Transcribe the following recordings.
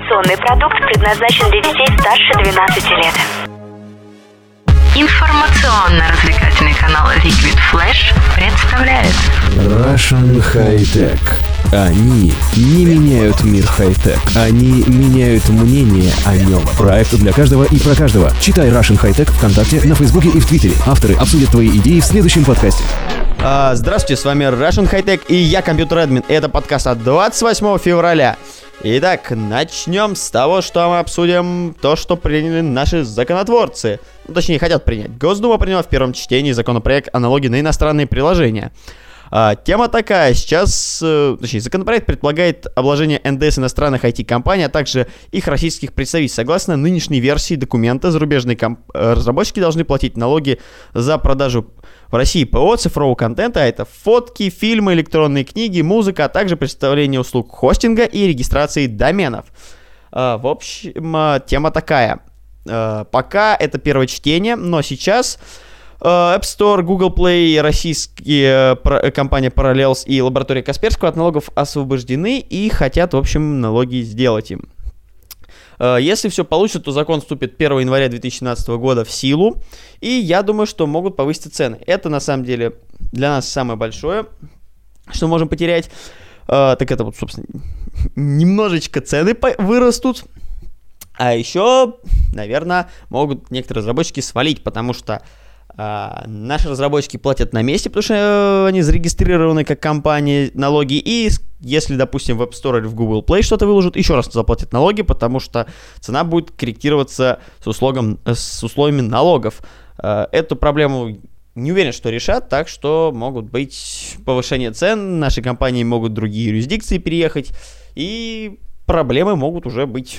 Информационный продукт предназначен для детей старше 12 лет. Информационно-развлекательный канал Liquid Flash представляет Russian High Tech. Они не меняют мир хай-тек, они меняют мнение о нем. Проект для каждого и про каждого. Читай Russian High Tech ВКонтакте, на Фейсбуке и в Твиттере. Авторы обсудят твои идеи в следующем подкасте. Здравствуйте, с вами Russian High Tech и я, компьютер-админ. Это подкаст от 28 февраля. Итак, начнем с того, что мы обсудим то, что приняли наши законотворцы. Точнее, хотят принять. Госдума приняла в первом чтении законопроект о налоге на иностранные приложения. Тема такая, законопроект предполагает обложение НДС иностранных IT-компаний, а также их российских представителей. Согласно нынешней версии документа, зарубежные разработчики должны платить налоги за продажу в России ПО, цифрового контента, а это фотки, фильмы, электронные книги, музыка, а также предоставление услуг хостинга и регистрации доменов. В общем, тема такая. Пока это первое чтение, но сейчас App Store, Google Play, российские компании Parallels и лаборатория Касперского от налогов освобождены и хотят, в общем, налоги сделать им. Если все получится, то закон вступит 1 января 2017 года в силу, и я думаю, что могут повыситься цены. Это, на самом деле, для нас самое большое, что можем потерять. Так это вот, собственно, немножечко цены вырастут. А еще, наверное, могут некоторые разработчики свалить, потому что наши разработчики платят на месте, потому что они зарегистрированы как компания, налоги. И если, допустим, в App Store или в Google Play что-то выложат, еще раз заплатят налоги, потому что цена будет корректироваться с условиями налогов. Эту проблему не уверен, что решат, так что могут быть повышение цен, наши компании могут в другие юрисдикции переехать, и проблемы могут уже быть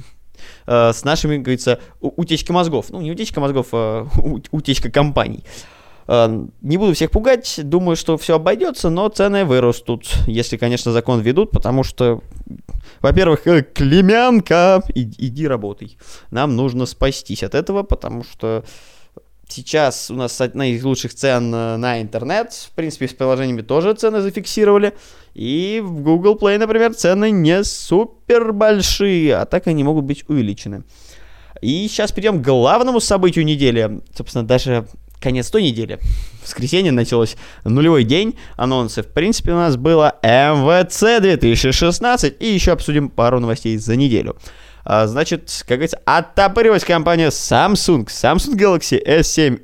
с нашими, как говорится, утечкой мозгов. Ну, не утечка мозгов, а утечка компаний. Не буду всех пугать, думаю, что все обойдется, но цены вырастут, если, конечно, закон введут, потому что, во-первых, Климянка, иди работай. Нам нужно спастись от этого, потому что сейчас у нас одна из лучших цен на интернет. В принципе, с приложениями тоже цены зафиксировали. И в Google Play, например, цены не супер большие, а так они могут быть увеличены. И сейчас перейдем к главному событию недели. Собственно, даже конец той недели. В воскресенье началось нулевой день анонсов. В принципе, у нас было МВЦ 2016. И еще обсудим пару новостей за неделю. Значит, как говорится, оттопырилась компания Samsung. Samsung Galaxy S7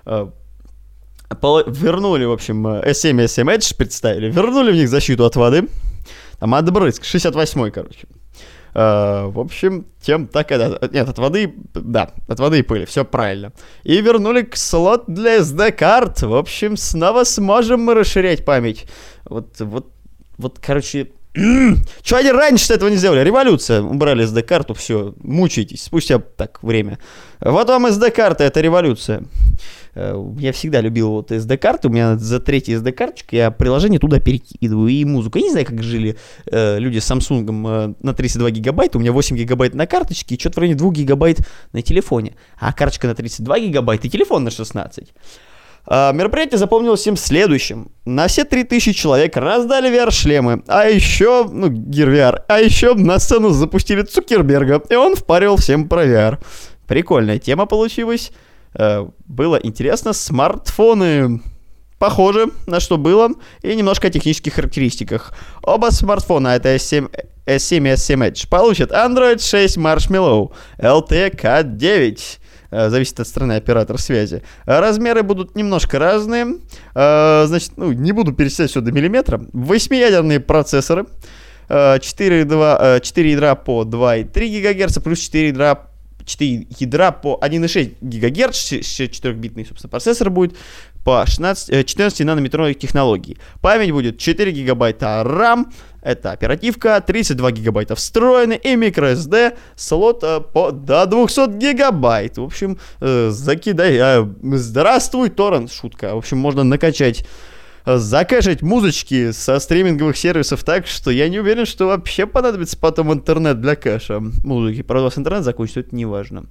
вернули, в общем, S7 и S7 Edge представили. Вернули в них защиту от воды. Там от брызг, 68-й, короче. В общем, тем так это... Нет, от воды... Да, от воды и пыли, все правильно. И вернули слот для SD-карт. В общем, снова сможем мы расширять память. Вот, короче... Чего они раньше этого не сделали? Революция. Убрали SD-карту, все, мучаетесь. Спустя так время. Вот вам SD-карта, это революция. Я всегда любил вот SD-карты. У меня за третьей SD-карточкой я приложение туда перекидываю и музыку. Я не знаю, как жили люди с Samsung на 32 гигабайта. У меня 8 гигабайт на карточке и что-то в районе 2 гигабайт на телефоне. А карточка на 32 гигабайта и телефон на 16. Мероприятие запомнилось им следующим. На все 3000 человек раздали VR-шлемы. А еще, Gear VR. А еще на сцену запустили Цукерберга. И он впарил всем про VR. Прикольная тема получилась. Было интересно. Смартфоны похожи на что было. И немножко о технических характеристиках. Оба смартфона, это S7 и S7 Edge, получат Android 6 Marshmallow, LTE Cat9. Зависит от страны оператора связи. Размеры будут немножко разные. Значит, не буду перечислять все до миллиметра. 8-ядерные процессоры. 4 ядра по 2,3 ГГц, плюс 4 ядра по 1,6 ГГц. 4-битный, собственно, процессор будет по 14 нанометровой технологии. Память будет 4 гигабайта RAM. Это оперативка, 32 гигабайта встроенный и microSD, слот до 200 гигабайт. В общем, закидай. Здравствуй, торрент. Шутка. В общем, можно закэшить музычки со стриминговых сервисов так, что я не уверен, что вообще понадобится потом интернет для кэша музыки. Правда, у вас интернет закончится, это не важно.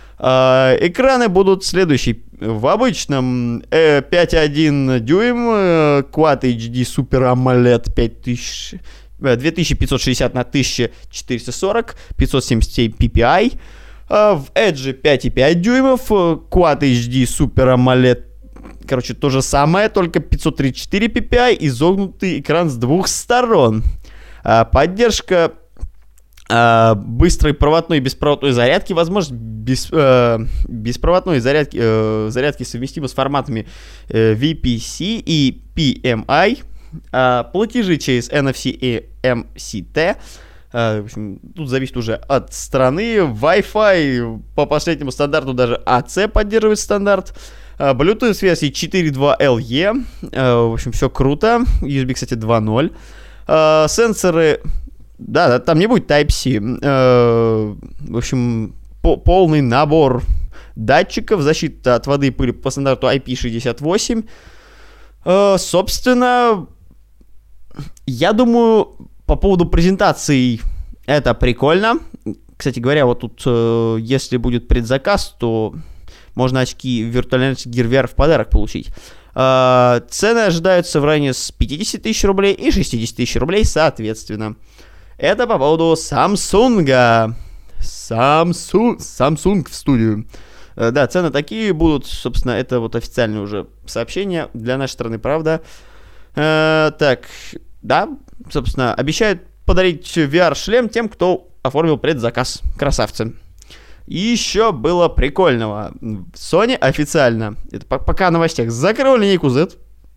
Экраны будут следующие. В обычном 5,1 дюйм Quad HD Super AMOLED 2560 на 1440, 577 ppi. В Edge 5,5 дюймов, Quad HD Super AMOLED. Короче, то же самое, только 534 ppi, изогнутый экран с двух сторон. Поддержка быстрой проводной и беспроводной зарядки, возможность беспроводной зарядки совместима с форматами VPC и PMI, платежи через NFC и MCT. В общем, тут зависит уже от страны. Wi-Fi по последнему стандарту даже AC поддерживает стандарт. Bluetooth с версией 4.2 LE. В общем, все круто. USB, кстати, 2.0. Сенсоры... Да, там не будет Type-C. В общем, полный набор датчиков. Защита от воды и пыли по стандарту IP68. Собственно, я думаю... По поводу презентации это прикольно. Кстати говоря, вот тут, если будет предзаказ, то можно очки Virtual Reality Gear VR в подарок получить. Цены ожидаются в районе с 50 тысяч рублей и 60 тысяч рублей соответственно. Это по поводу Samsung. Samsung в студию. Да, цены такие будут. Собственно, это вот официальное уже сообщение для нашей страны, правда. Так, да, собственно, обещают подарить VR-шлем тем, кто оформил предзаказ. Красавцы. И еще было прикольного. Sony официально, это пока о новостях, закрыл линейку Z.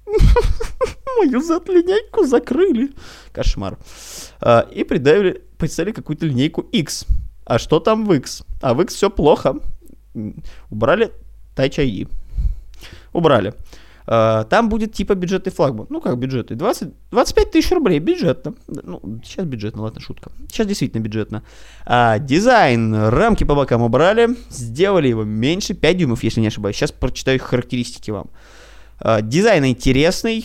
Мою Z-линейку закрыли. Кошмар. И представили какую-то линейку X. А что там в X? А в X все плохо. Убрали Touch ID. Убрали. Там будет типа бюджетный флагман. Ну как бюджетный? 25 тысяч рублей бюджетно. Ну, сейчас бюджетно, ладно, шутка. Сейчас действительно бюджетно. Дизайн. Рамки по бокам убрали. Сделали его меньше, 5 дюймов, если не ошибаюсь. Сейчас прочитаю характеристики вам. Дизайн интересный.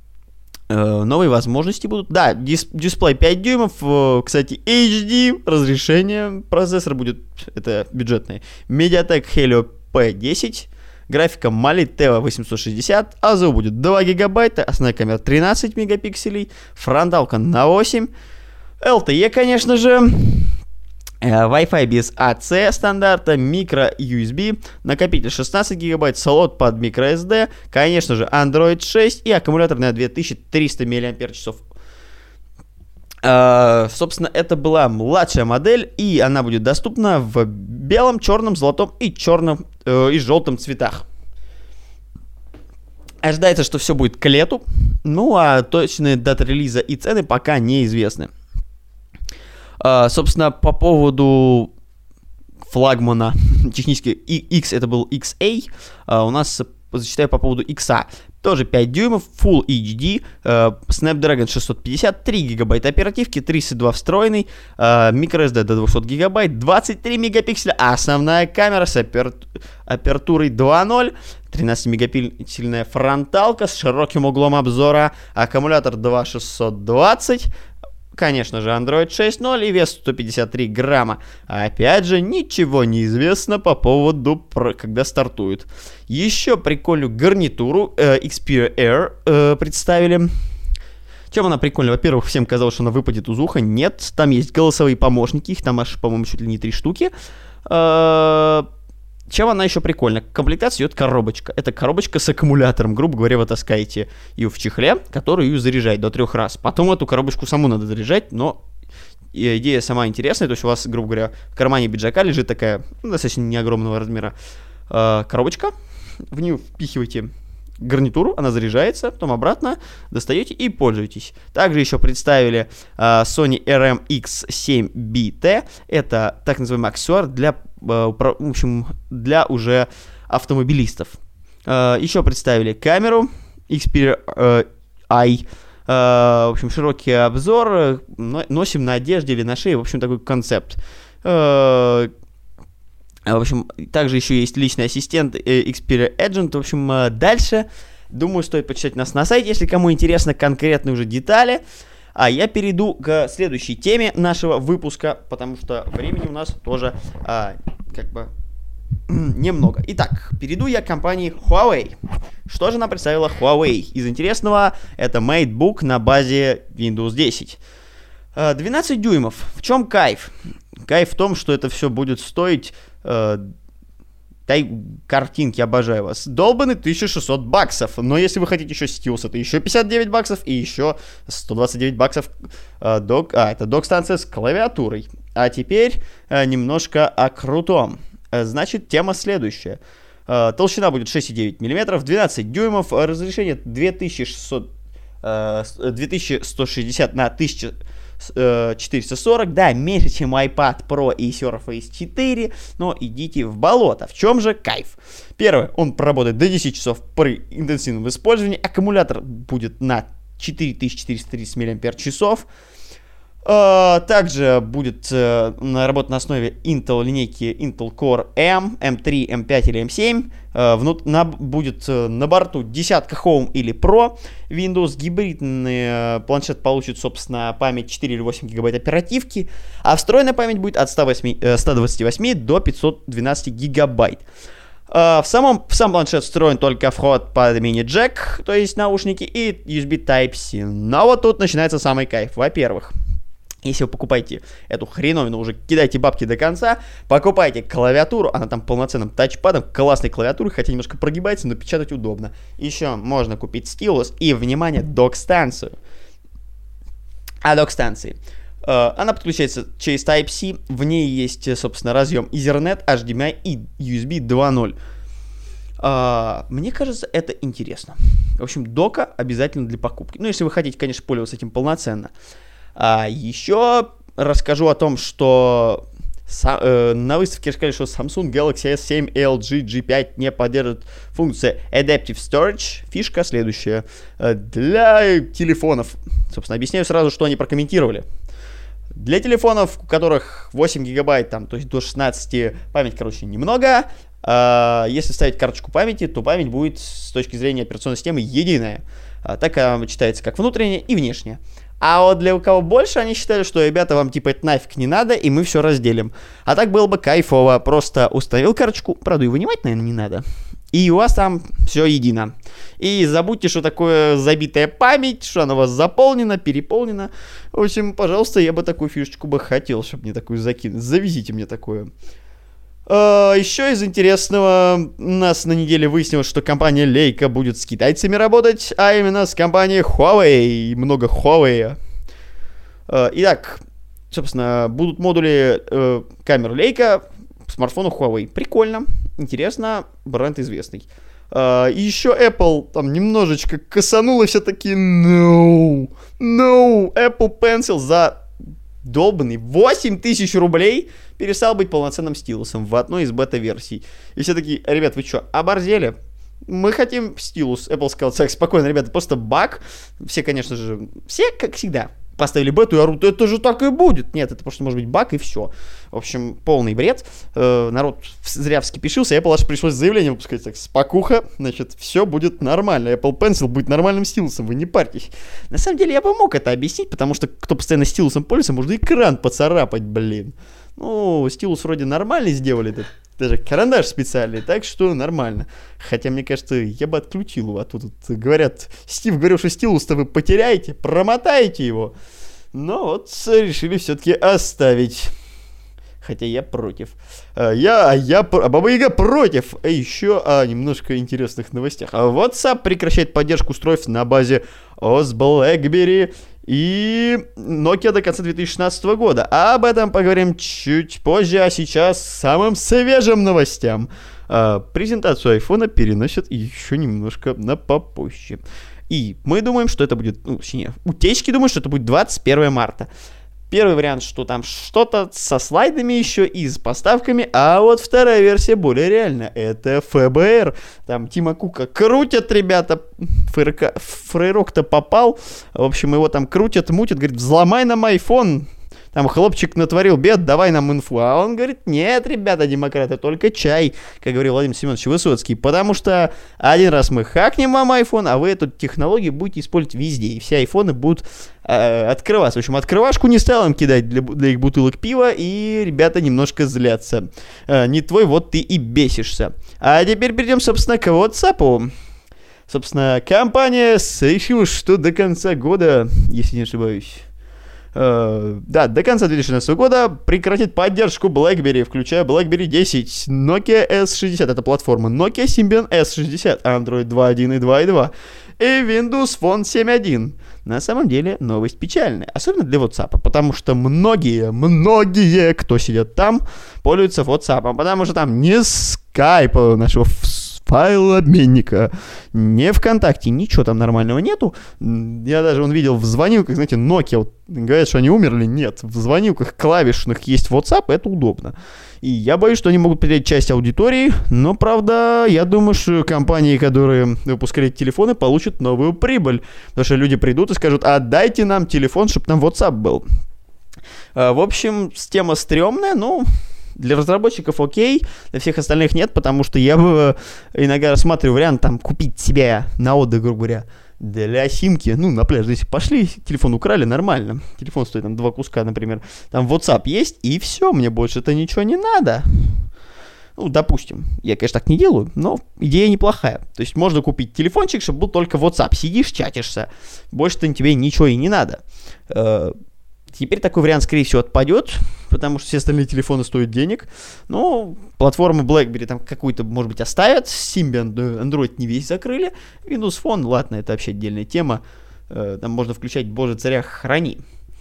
Новые возможности будут. Да, дисплей 5 дюймов. Кстати, HD разрешение. Процессор будет, это бюджетный. MediaTek Helio P10. Графика Mali Teva 860, АЗУ будет 2 гигабайта, основная камера 13 мегапикселей, фронталка на 8, LTE, конечно же, Wi-Fi без AC стандарта, micro-USB, накопитель 16 гигабайт, слот под microSD, конечно же, Android 6 и аккумулятор на 2300 мАч. Собственно, это была младшая модель, и она будет доступна в белом, черном, золотом и черном и желтом цветах. Ожидается, что все будет к лету, ну а точные даты релиза и цены пока неизвестны. Собственно, по поводу флагмана, технически X это был XA, у нас, зачитаю по поводу X. Тоже 5 дюймов, Full HD, Snapdragon 650, 3 гигабайта оперативки, 32 встроенный, microSD до 200 гигабайт, 23 мегапикселя, а основная камера с апертурой 2.0, 13-мегапиксельная фронталка с широким углом обзора, аккумулятор 2620, конечно же, Android 6.0 и вес 153 грамма. Опять же, ничего не известно по поводу, когда стартует. Еще прикольную гарнитуру Xperia Air представили. Чем она прикольна? Во-первых, всем казалось, что она выпадет из уха. Нет, там есть голосовые помощники, их там аж, по-моему, чуть ли не 3 штуки. Чем она еще прикольна? К комплектации идет коробочка. Это коробочка с аккумулятором. Грубо говоря, вы таскаете ее в чехле, который ее заряжает до 3 раз. Потом эту коробочку саму надо заряжать, но идея сама интересная. То есть у вас, грубо говоря, в кармане пиджака лежит такая, достаточно неогромного размера коробочка. В нее впихиваете гарнитуру, она заряжается, потом обратно достаете и пользуетесь. Также еще представили Sony RMX7BT. Это так называемый аксессуар для, в общем, для уже автомобилистов. Еще представили камеру Xperia i. В общем, широкий обзор. Носим на одежде или на шее. В общем, такой концепт. В общем, также еще есть личный ассистент Xperia Agent. В общем, дальше, думаю, стоит почитать нас на сайте, если кому интересны конкретные уже детали. А я перейду к следующей теме нашего выпуска, потому что времени у нас тоже немного. Итак, перейду я к компании Huawei. Что же нам представила Huawei? Из интересного, это MateBook на базе Windows 10. 12 дюймов. В чем кайф? Кайф в том, что это все будет стоить... картинки, обожаю вас. Долбанный $1600. Но если вы хотите еще стилус, это еще $59 и еще $129 это док-станция с клавиатурой. А теперь немножко о крутом. Значит, тема следующая. Толщина будет 6,9 мм, 12 дюймов, разрешение 2160 на 1440, да, меньше, чем iPad Pro и Surface 4, но идите в болото. В чем же кайф? Первое, он проработает до 10 часов при интенсивном использовании, аккумулятор будет на 4430 мАч. Также будет работать на основе Intel линейки Intel Core M, M3, M5 или M7. Будет на борту десятка Home или Pro. Windows гибридный планшет получит, собственно, память 4 или 8 гигабайт оперативки, а встроенная память будет от 128 до 512 гигабайт. В сам планшет встроен только вход под мини-джек, то есть наушники, и USB Type-C. Но вот тут начинается самый кайф. Во-первых, если вы покупаете эту хреновину, уже кидайте бабки до конца, покупайте клавиатуру, она там полноценным тачпадом, классной клавиатурой, хотя немножко прогибается, но печатать удобно. Еще можно купить стилус и, внимание, док-станцию. О док-станции. Она подключается через Type-C, в ней есть, собственно, разъем Ethernet, HDMI и USB 2.0. Мне кажется, это интересно. В общем, дока обязательно для покупки. Ну, если вы хотите, конечно, пользоваться этим полноценно. Еще расскажу о том, что на выставке сказали, что Samsung Galaxy S7 и LG G5 не поддерживают функцию Adaptive Storage. Фишка следующая. Для телефонов. Собственно, объясняю сразу, что они прокомментировали. Для телефонов, у которых 8 гигабайт, там, то есть до 16, память, короче, немного. Если ставить карточку памяти, то память будет с точки зрения операционной системы единая. Так она читается как внутренняя и внешняя. А вот для у кого больше, они считали, что, ребята, вам типа это нафиг не надо, и мы все разделим. А так было бы кайфово. Просто установил карточку, правда, и вынимать, наверное, не надо. И у вас там все едино. И забудьте, что такое забитая память, что она у вас заполнена, переполнена. В общем, пожалуйста, я бы такую фишечку бы хотел, чтобы мне такую закинуть. Завезите мне такое. Еще из интересного, у нас на неделе выяснилось, что компания Leica будет с китайцами работать, а именно с компанией Huawei, много Huawei. Итак, собственно, будут модули камер Leica в смартфонах Huawei. Прикольно, интересно, бренд известный. И еще Apple там немножечко косануло, все такие no, Apple Pencil за долбанный 8000 рублей перестал быть полноценным стилусом в одной из бета-версий. И все такие, ребят, вы что, оборзели? Мы хотим стилус. Apple сказал, так, спокойно, ребята, просто баг. Все, конечно же, все, как всегда, поставили бету и орут, это же так и будет. Нет, это просто может быть баг и все. В общем, полный бред. Народ зря вскипешился, Apple аж пришлось заявление выпускать, так, спокуха, значит, все будет нормально. Apple Pencil будет нормальным стилусом, вы не парьтесь. На самом деле, я бы мог это объяснить, потому что кто постоянно стилусом пользуется, можно экран поцарапать, блин. Ну, стилус вроде нормальный сделали, даже карандаш специальный, так что нормально. Хотя, мне кажется, я бы отключил его. А тут говорят, Стив говорил, что стилус-то вы потеряете, промотаете его. Но вот решили все-таки оставить. Хотя я против. Баба Яга против. А еще о немножко интересных новостях. WhatsApp прекращает поддержку устройств на базе OS BlackBerry и Nokia до конца 2016 года. Об этом поговорим чуть позже, а сейчас самым свежим новостям. Презентацию айфона переносят еще немножко на попозже. И мы думаем, что это будет... утечки думают, что это будет 21 марта. Первый вариант, что там что-то со слайдами еще и с поставками, а вот вторая версия более реальная. Это ФБР. Там Тима Кука крутят, ребята. Фрейрок-то попал. В общем, его там крутят, мутят. Говорит, взломай нам айфон. Там хлопчик натворил бед, давай нам инфу. А он говорит, нет, ребята, демократы, только чай, как говорил Владимир Семенович Высоцкий. Потому что один раз мы хакнем вам iPhone, а вы эту технологию будете использовать везде. И все айфоны будут открываться. В общем, открывашку не стал им кидать для их бутылок пива, и ребята немножко злятся. Не твой, вот ты и бесишься. А теперь перейдем, собственно, к WhatsApp. Собственно, компания решила, что до конца года, если не ошибаюсь, Да, до конца 2016 года прекратит поддержку BlackBerry, включая BlackBerry 10, Nokia S60, это платформа, Nokia Symbian S60, Android 2.1 и 2.2, и Windows Phone 7.1. На самом деле новость печальная, особенно для WhatsApp, потому что многие, кто сидят там, пользуются WhatsApp, потому что там не Skype нашего файлообменника, не ВКонтакте, ничего там нормального нету. Я даже видел в звонилках, знаете, Nokia, вот, говорят, что они умерли, нет, в звонилках клавишных есть WhatsApp, это удобно. И я боюсь, что они могут потерять часть аудитории, но, правда, я думаю, что компании, которые выпускали телефоны, получат новую прибыль, потому что люди придут и скажут: отдайте нам телефон, чтобы там WhatsApp был. В общем, тема стрёмная, ну... Для разработчиков окей, для всех остальных нет, потому что я бы иногда рассматриваю вариант там купить себе на отдых, грубо говоря, для симки, ну, на пляж, если пошли, телефон украли, нормально. Телефон стоит там 2 куска, например. Там WhatsApp есть, и все, мне больше это ничего не надо. Ну, допустим, я, конечно, так не делаю, но идея неплохая. То есть можно купить телефончик, чтобы был только WhatsApp. Сидишь, чатишься, больше-то тебе ничего и не надо. Теперь такой вариант, скорее всего, отпадет, потому что все остальные телефоны стоят денег. Но платформу BlackBerry там какую-то, может быть, оставят. Symbian, Android не весь закрыли. Windows Phone, ладно, это вообще отдельная тема. Там можно включать, боже, царя храни.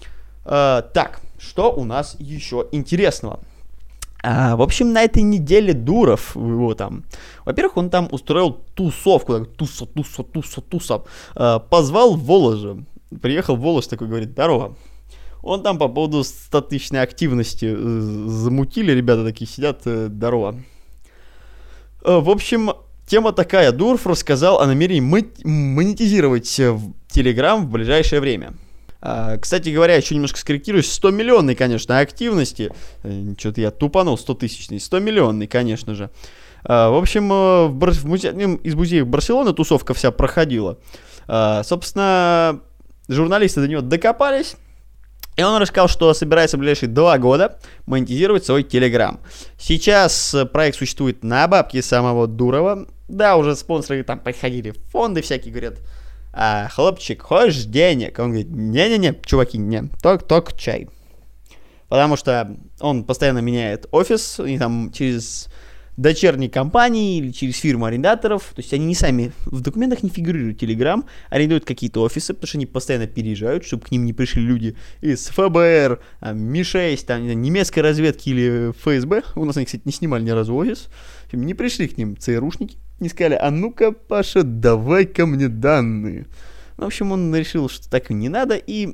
Так, что у нас еще интересного? В общем, на этой неделе Дуров, его там, во-первых, он там устроил тусовку, туса, позвал Воложа. Приехал Волож такой, говорит: здорово. Он там по поводу 100-тысячной активности замутили, ребята такие сидят, здорово. В общем, тема такая. Дуров рассказал о намерении монетизировать Telegram в ближайшее время. Кстати говоря, еще немножко скорректируюсь. 100-миллионной, конечно, активности. Что-то я тупанул, 100-тысячной. 100-миллионной, конечно же. В общем, из музеев Барселоны тусовка вся проходила. Собственно, журналисты до него докопались. И он рассказал, что собирается в ближайшие 2 года монетизировать свой Telegram. Сейчас проект существует на бабки самого Дурова. Да, уже спонсоры там приходили, фонды всякие, говорят: хлопчик, хочешь денег? Он говорит: не-не-не, чуваки, не, только чай. Потому что он постоянно меняет офис, и там через дочерние компании или через фирмы арендаторов, то есть они не сами, в документах не фигурируют Telegram, арендуют какие-то офисы, потому что они постоянно переезжают, чтобы к ним не пришли люди из ФБР, Ми-6, там, немецкой разведки или ФСБ. У нас они, кстати, не снимали ни разу офис. Не пришли к ним ЦРУшники, не сказали: а ну-ка, Паша, давай-ка мне данные. Ну, в общем, он решил, что так и не надо, и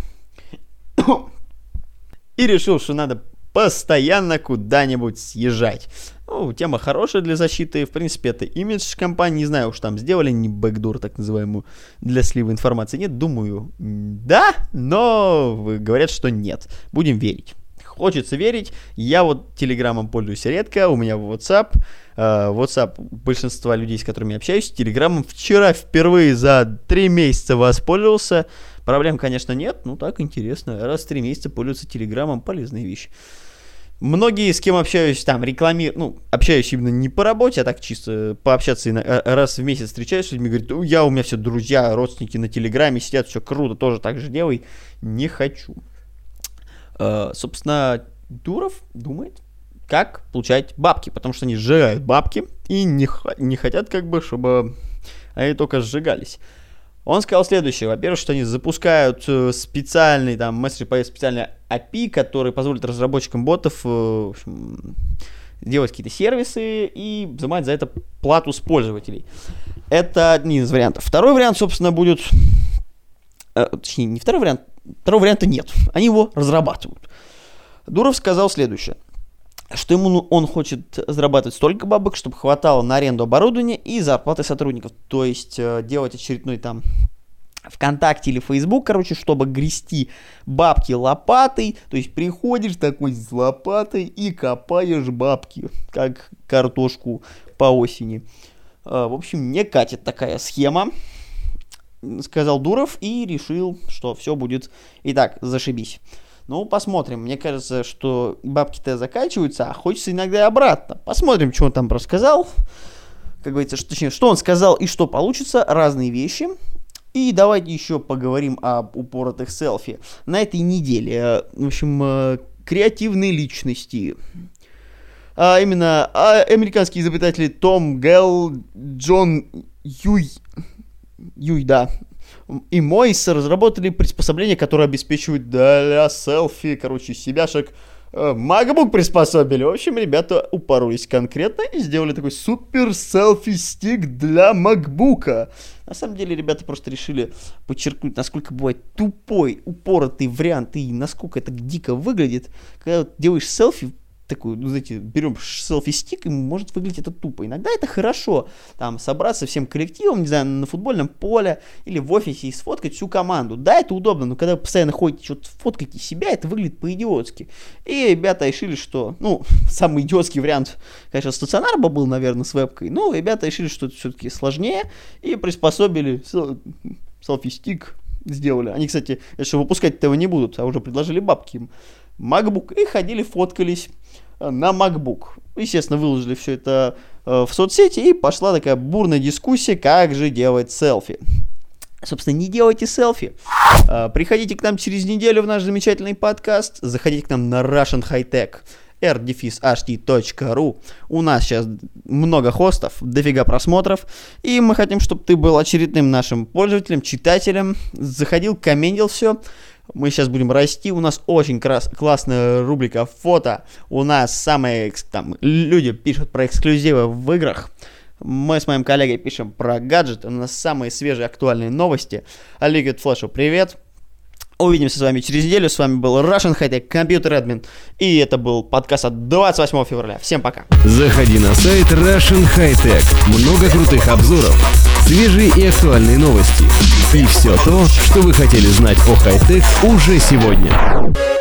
решил, что надо постоянно куда-нибудь съезжать. Ну, тема хорошая для защиты. В принципе, это имидж компании. Не знаю, уж там сделали не бэкдор, так называемую, для слива информации. Нет, думаю, да, но говорят, что нет. Будем верить. Хочется верить. Я вот Телеграмом пользуюсь редко. У меня WhatsApp. WhatsApp большинства людей, с которыми я общаюсь. Телеграмом вчера впервые за 3 месяца воспользовался. Проблем, конечно, нет. Ну, так интересно. Раз в 3 месяца пользоваться Телеграмом — полезная вещь. Многие, с кем общаюсь, там, общаюсь именно не по работе, а так чисто пообщаться раз в месяц встречаюсь с людьми, говорят: у меня все друзья, родственники на Телеграме сидят, все круто, тоже так же делай. Не хочу. Собственно, Дуров думает, как получать бабки, потому что они сжигают бабки и не хотят, как бы, чтобы они только сжигались. Он сказал следующее. Во-первых, что они запускают специальный, там, месседж появится специальный API, который позволит разработчикам ботов в общем, делать какие-то сервисы и взимать за это плату с пользователей. Это один из вариантов. Второй вариант, собственно, будет... Точнее, не второй вариант. Второго варианта нет. Они его разрабатывают. Дуров сказал следующее. Что он хочет зарабатывать столько бабок, чтобы хватало на аренду оборудования и зарплаты сотрудников. То есть делать очередной там ВКонтакте или Facebook, короче, чтобы грести бабки лопатой. То есть приходишь такой с лопатой и копаешь бабки, как картошку по осени. В общем, не катит такая схема, сказал Дуров, и решил, что все будет и так зашибись. Ну, посмотрим. Мне кажется, что бабки-то заканчиваются, а хочется иногда и обратно. Посмотрим, что он там рассказал. Как говорится, точнее, что он сказал и что получится. Разные вещи. И давайте еще поговорим об упоротых селфи. На этой неделе, в общем, креативные личности. А именно, американские изобретатели Том Гелл, Джон Юй, да, и Мойс разработали приспособление, которое обеспечивает для селфи, себяшек. MacBook приспособили. В общем, ребята упоролись конкретно и сделали такой супер селфи-стик для MacBook. На самом деле, ребята просто решили подчеркнуть, насколько бывает тупой, упоротый вариант и насколько это дико выглядит, когда делаешь селфи, такую, берем селфи-стик, и может выглядеть это тупо. Иногда это хорошо, там, собраться всем коллективом, не знаю, на футбольном поле или в офисе и сфоткать всю команду. Да, это удобно, но когда вы постоянно ходите, что-то фоткаете себя, это выглядит по-идиотски. И ребята решили, что, самый идиотский вариант, конечно, стационар бы был, наверное, с вебкой, но ребята решили, что это все-таки сложнее, и приспособили селфи-стик, сделали. Они, кстати, чтобы выпускать этого не будут, а уже предложили бабки им. MacBook, и ходили, фоткались на MacBook. Естественно, выложили все это в соцсети, и пошла такая бурная дискуссия, как же делать селфи. Собственно, не делайте селфи. Приходите к нам через неделю в наш замечательный подкаст, заходите к нам на Russian Hightech, r-ht.ru. У нас сейчас много хостов, дофига просмотров, и мы хотим, чтобы ты был очередным нашим пользователем, читателем, заходил, комментил все. Мы сейчас будем расти, у нас очень классная рубрика фото, у нас люди пишут про эксклюзивы в играх, мы с моим коллегой пишем про гаджеты, у нас самые свежие актуальные новости. Liquid Flash, привет! Увидимся с вами через неделю. С вами был Russian Hightech, компьютер-админ. И это был подкаст от 28 февраля. Всем пока. Заходи на сайт Russian Hightech. Много крутых обзоров, свежие и актуальные новости. И все то, что вы хотели знать о хай-тек уже сегодня.